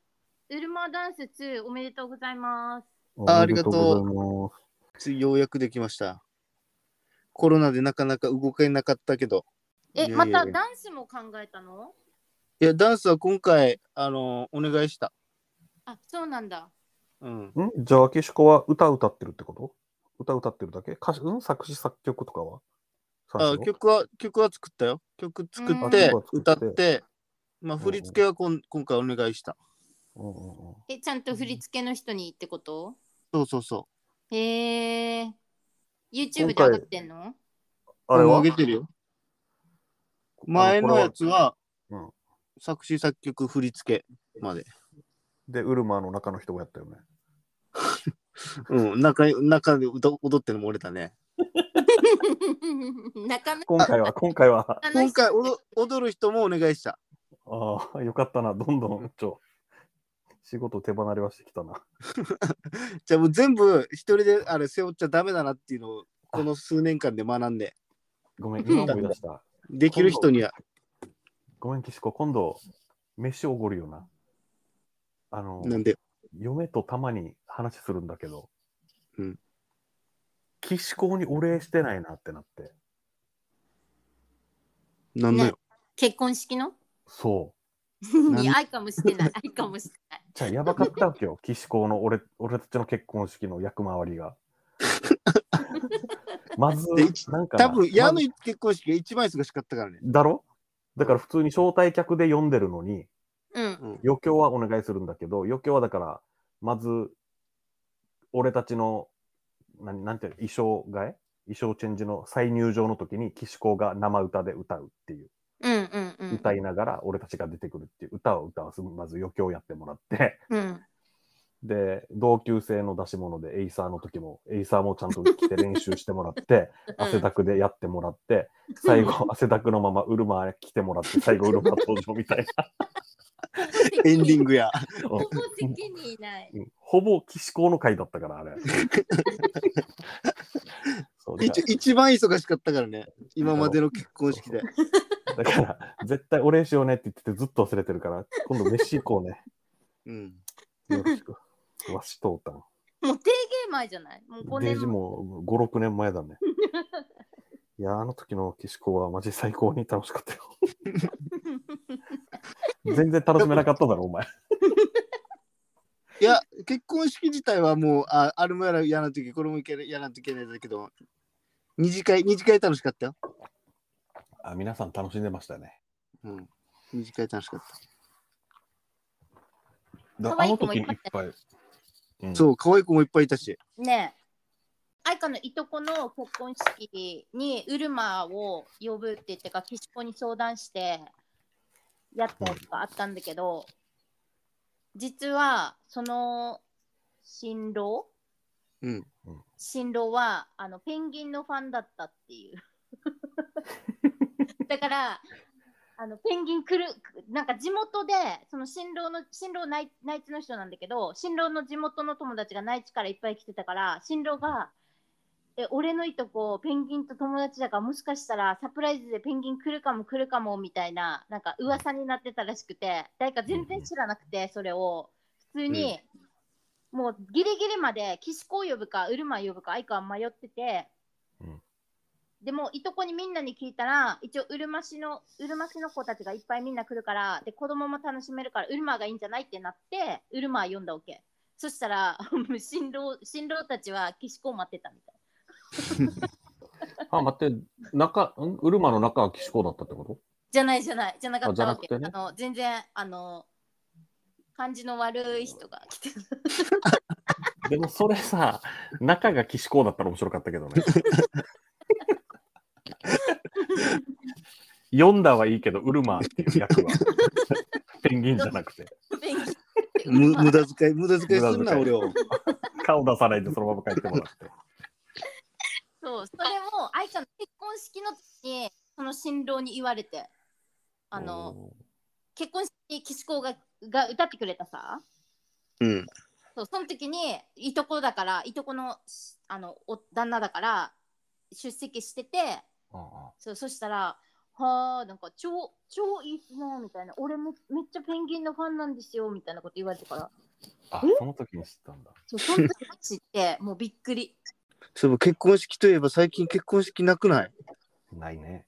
2おめでとうございます。 ありがとう。ようやくできました。コロナでなかなか動けなかったけど。 またダンスも考えたの？ いや、ダンスは今回、お願いした。 あ、そうなんだ。 じゃあ、岸子は歌ってるってこと？歌ってるだけ？作詞作曲とかは？ 曲は作ったよ。曲作って歌って、まあ振り付けは今回お願いした。 ちゃんと振り付けの人にってこと？ そう。 へえ。YouTube で上がってんの？ あれは上げてるよ。前のやつは作詞作曲振り付けまで。 で、ウルマーの中の人がやったよね。 うん、中で踊ってるのも俺だね。 今回は今回踊る人もお願いした。 ああ、よかったな。どんどん仕事手離れはしてきたな。 じゃあもう全部一人であれ背負っちゃダメだなっていうのをこの数年間で学んで。 ごめん、今思い出した。 できる人には。 ごめん、岸子、今度、飯おごるよな。 なんで嫁とたまに話するんだけど、 うん。 岸子にお礼してないなってなって。 なんだよ。 結婚式のそう。 いや、愛かもしれない。愛かもしれない。 じゃあ、やばかったわけよ。岸子の俺たちの結婚式の役回りが。まず、なんか多分、矢の結婚式が一番忙しかったからね。 だろ？だから普通に招待客で呼んでるのに、 うん、 余興はお願いするんだけど、余興はだから、まず、俺たちの、なんていうの、衣装チェンジの再入場の時に、岸子が生歌で歌うっていう。歌いながら俺たちが出てくるっていう歌を歌わす、まず余興やってもらって、 うん、 で、同級生の出し物でエイサーの時も、エイサーもちゃんと来て練習してもらって、汗だくでやってもらって、最後、汗だくのままウルマ来てもらって、最後ウルマ登場みたいな。 エンディングや。 ほぼ席にいない。 ほぼ岸子の回だったから、あれ。 そう一番忙しかったからね、今までの結婚式で。 だから、絶対お礼しようねって言っててずっと忘れてるから、今度飯行こうね。 うん。 よろしく。わしとうたん。 もう定芸前じゃない？もう5年前。もう5、6年前だね。いや、あの時の岸子はマジ最高に楽しかったよ。全然楽しめなかっただろ、お前。 いや、結婚式自体はもう、あれもやらんといけない、これもやらんといけないんだけど、二次会楽しかったよ。 皆さん楽しんでましたね。 うん。二次会楽しかった。 あの時にいっぱい。 そう、可愛い子もいっぱいいたし。 ねえ。愛花のいとこの結婚式にウルマを呼ぶって言ってか、岸子に相談してやったやつがあったんだけど、実はその新郎はペンギンのファンだったっていうだからペンギン来る、なんか地元でその新郎内地の人なんだけど、新郎の地元の友達が内地からいっぱい来てたから、新郎が俺のいとこペンギンと友達だから、もしかしたらサプライズでペンギン来るかもみたいな、なんか噂になってたらしくて、誰か全然知らなくて、それを普通に、もうギリギリまで岸子を呼ぶかウルマ呼ぶか愛花は迷ってて、でもいとこにみんなに聞いたら、一応うるま市の子たちがいっぱいみんな来るから、で子供も楽しめるからウルマがいいんじゃないってなって、ウルマ呼んだわけ。そしたら新郎たちは岸子を待ってたみたい。 あ、待って、ウルマの中は岸子だったってこと？ じゃなかったわけ。 ね、 全然感じの悪い人が来てる。 でもそれさ、中が岸子だったら面白かったけどね。読んだはいいけど、ウルマっていう役はペンギンじゃなくて。 無駄遣いするな、俺を。 顔出さないでそのまま帰ってもらって。 そう、それも愛花の結婚式の時にその新郎に言われて、結婚式岸子が歌ってくれたさ、そうその時にいとこの旦那だから出席してて、そしたらなんか超いいっすねみたいな、俺もめっちゃペンギンのファンなんですよみたいなこと言われてから、 その時に知ったんだ。 その時に知ってもうびっくり。 そう、結婚式といえば最近結婚式なくない？ ないね。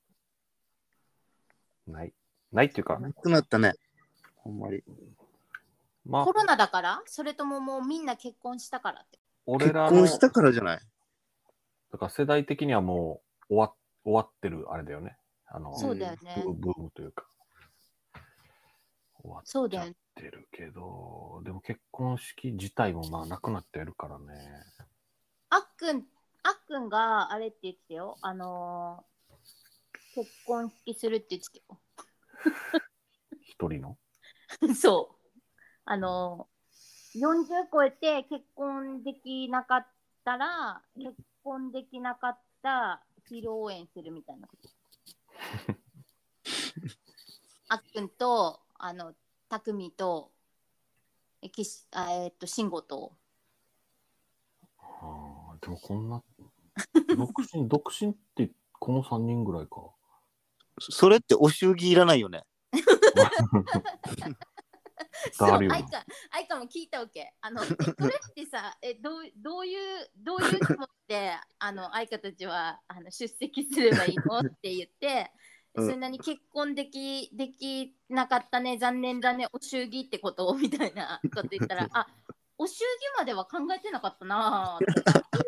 ないっていうか。 なくなったね。ほんまに。 コロナだから？それとももうみんな結婚したからって？ 結婚したからじゃない？ だから世代的にはもう終わってるあれだよね。 そうだよね。 ブームというか。終わっちゃってるけど、でも結婚式自体もまあなくなってるからね。 あっくんがあれって言ってたよ。結婚式するって言ってたよ。 一人のそう。 40超えて結婚できなかったら、結婚できなかった披露宴するみたいなこと。あっくんと、たくみと、慎吾と。 でもこんな、独身ってこの3人ぐらいか。 それってお祝儀いらないよね。 そう、愛花も聞いたわけ。それってさ、どういう気持ちで、愛花たちは出席すればいいのって言って、そんなに結婚できなかったね、残念だね、お祝儀ってことみたいなこと言ったら、あ、お祝儀までは考えてなかったなーって。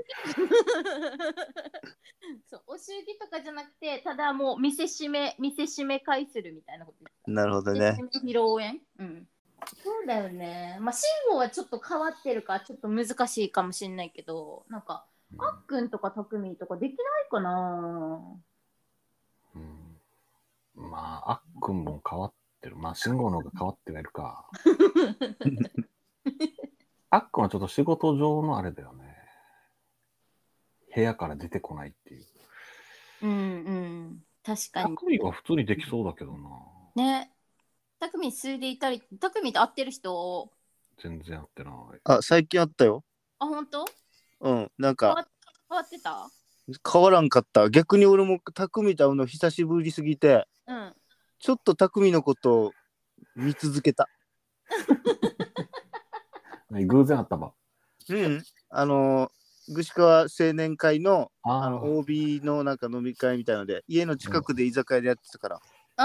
そう、お祝儀とかじゃなくて、ただもう見せしめ会するみたいなこと言ってた。 なるほどね。 披露宴。うん。そうだよね。まあ、慎吾はちょっと変わってるからちょっと難しいかもしれないけど、なんか、あっくんとかたくみとかできないかな。 まあ、あっくんも変わってる。まあ、慎吾の方が変わってはいるか。あっくんはちょっと仕事上のあれだよね。部屋から出てこないっていう。 うんうん。確かに。 たくみは普通にできそうだけどな。 ね。たくみ数でいたり、たくみと会ってる人全然会ってない。 あ、最近会ったよ。 あ、本当？ うん、なんか変わってた？ 変わらんかった。逆に俺も匠と会うの久しぶりすぎて、 うん。 ちょっと匠のことを見続けた。 偶然会ったば。 うん。具志川青年会のOB のなんか飲み会みたいので、家の近くで居酒屋でやってたから。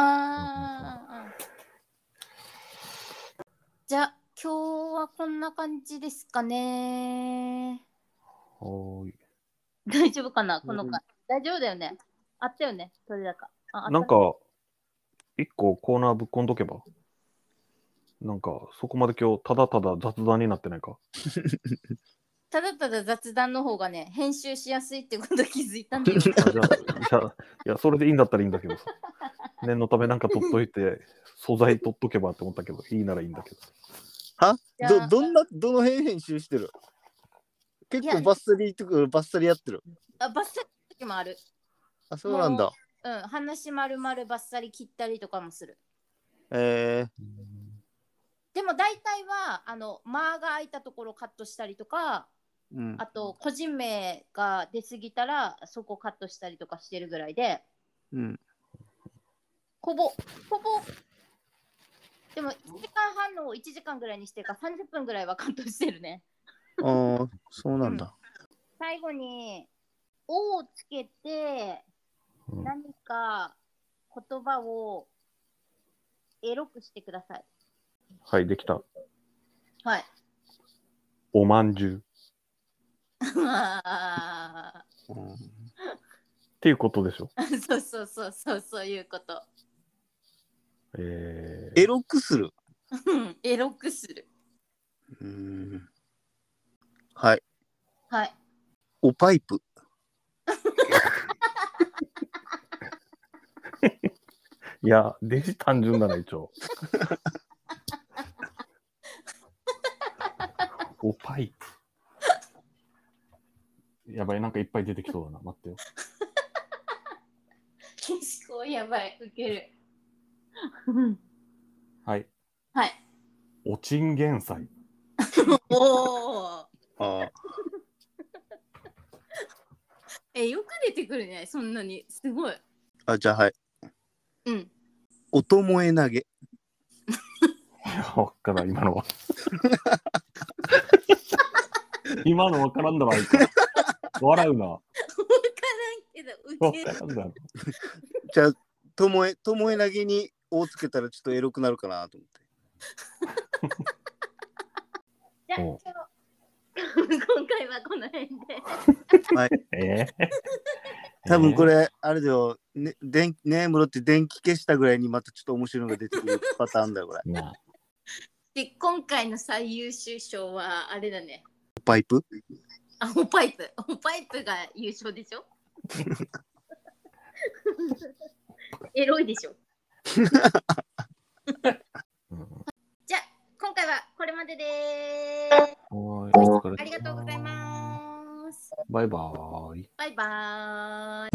じゃあ今日はこんな感じですかね。 はい。 大丈夫かな、この回。大丈夫だよね。あったよね、それだか。 なんか、一個コーナーぶっこんどけば。なんか、そこまで今日、ただただ雑談になってないか。 ただただ雑談の方がね、編集しやすいってこと気づいたんだよ。 いや、それでいいんだったらいいんだけどさ。念のためなんか取っといて、素材取っとけばって思ったけど、いいならいいんだけど。 はどの辺編集してる？結構バッサリやってる。 バッサリ時もある。 あ、そうなんだ。 うん、話丸々バッサリ切ったりとかもする。 でも大体は間が空いたところカットしたりとか、 うん、 あと個人名が出過ぎたらそこカットしたりとかしてるぐらいで、 うん、 ほぼでも1時間半の1時間ぐらいにしてか30分ぐらいはカットしてるね。 ああ、そうなんだ。 最後に「お」をつけて何か言葉をエロくしてください。 はい、できた。 はい。 おまんじゅう。っていうことでしょ。 そういうこと。 エロくする。 エロくする。 はい。 はい。 おパイプ。 いや、デジ単純だな、一応。おパイプ。やばい、なんかいっぱい出てきそうだな。待ってよ。 結構やばい、ウケる。 はい。 はい。 おチンゲン菜。 おお。 あよく出てくるね、そんなに。すごい。 あ、じゃあはい。 うん。 おともえ投げ。 いや、わからん、今のは。今のわからんだわ、笑うな。わからんけど、ウケる。 じゃあ、ともえ投げに「お」つけたらちょっとエロくなるかなと思って。 じゃあ、今回はこの辺で。 はい。多分これ、あれだよ、ねえ、室って電気消したぐらいにまたちょっと面白いのが出てくるパターンだよ、これ。 で、今回の最優秀賞は、あれだね。 おパイプ？ おパイプ。おパイプが優勝でしょ。エロいでしょ。じゃあ、今回はこれまでです。 ありがとうございます。 バイバーイ。 バイバーイ。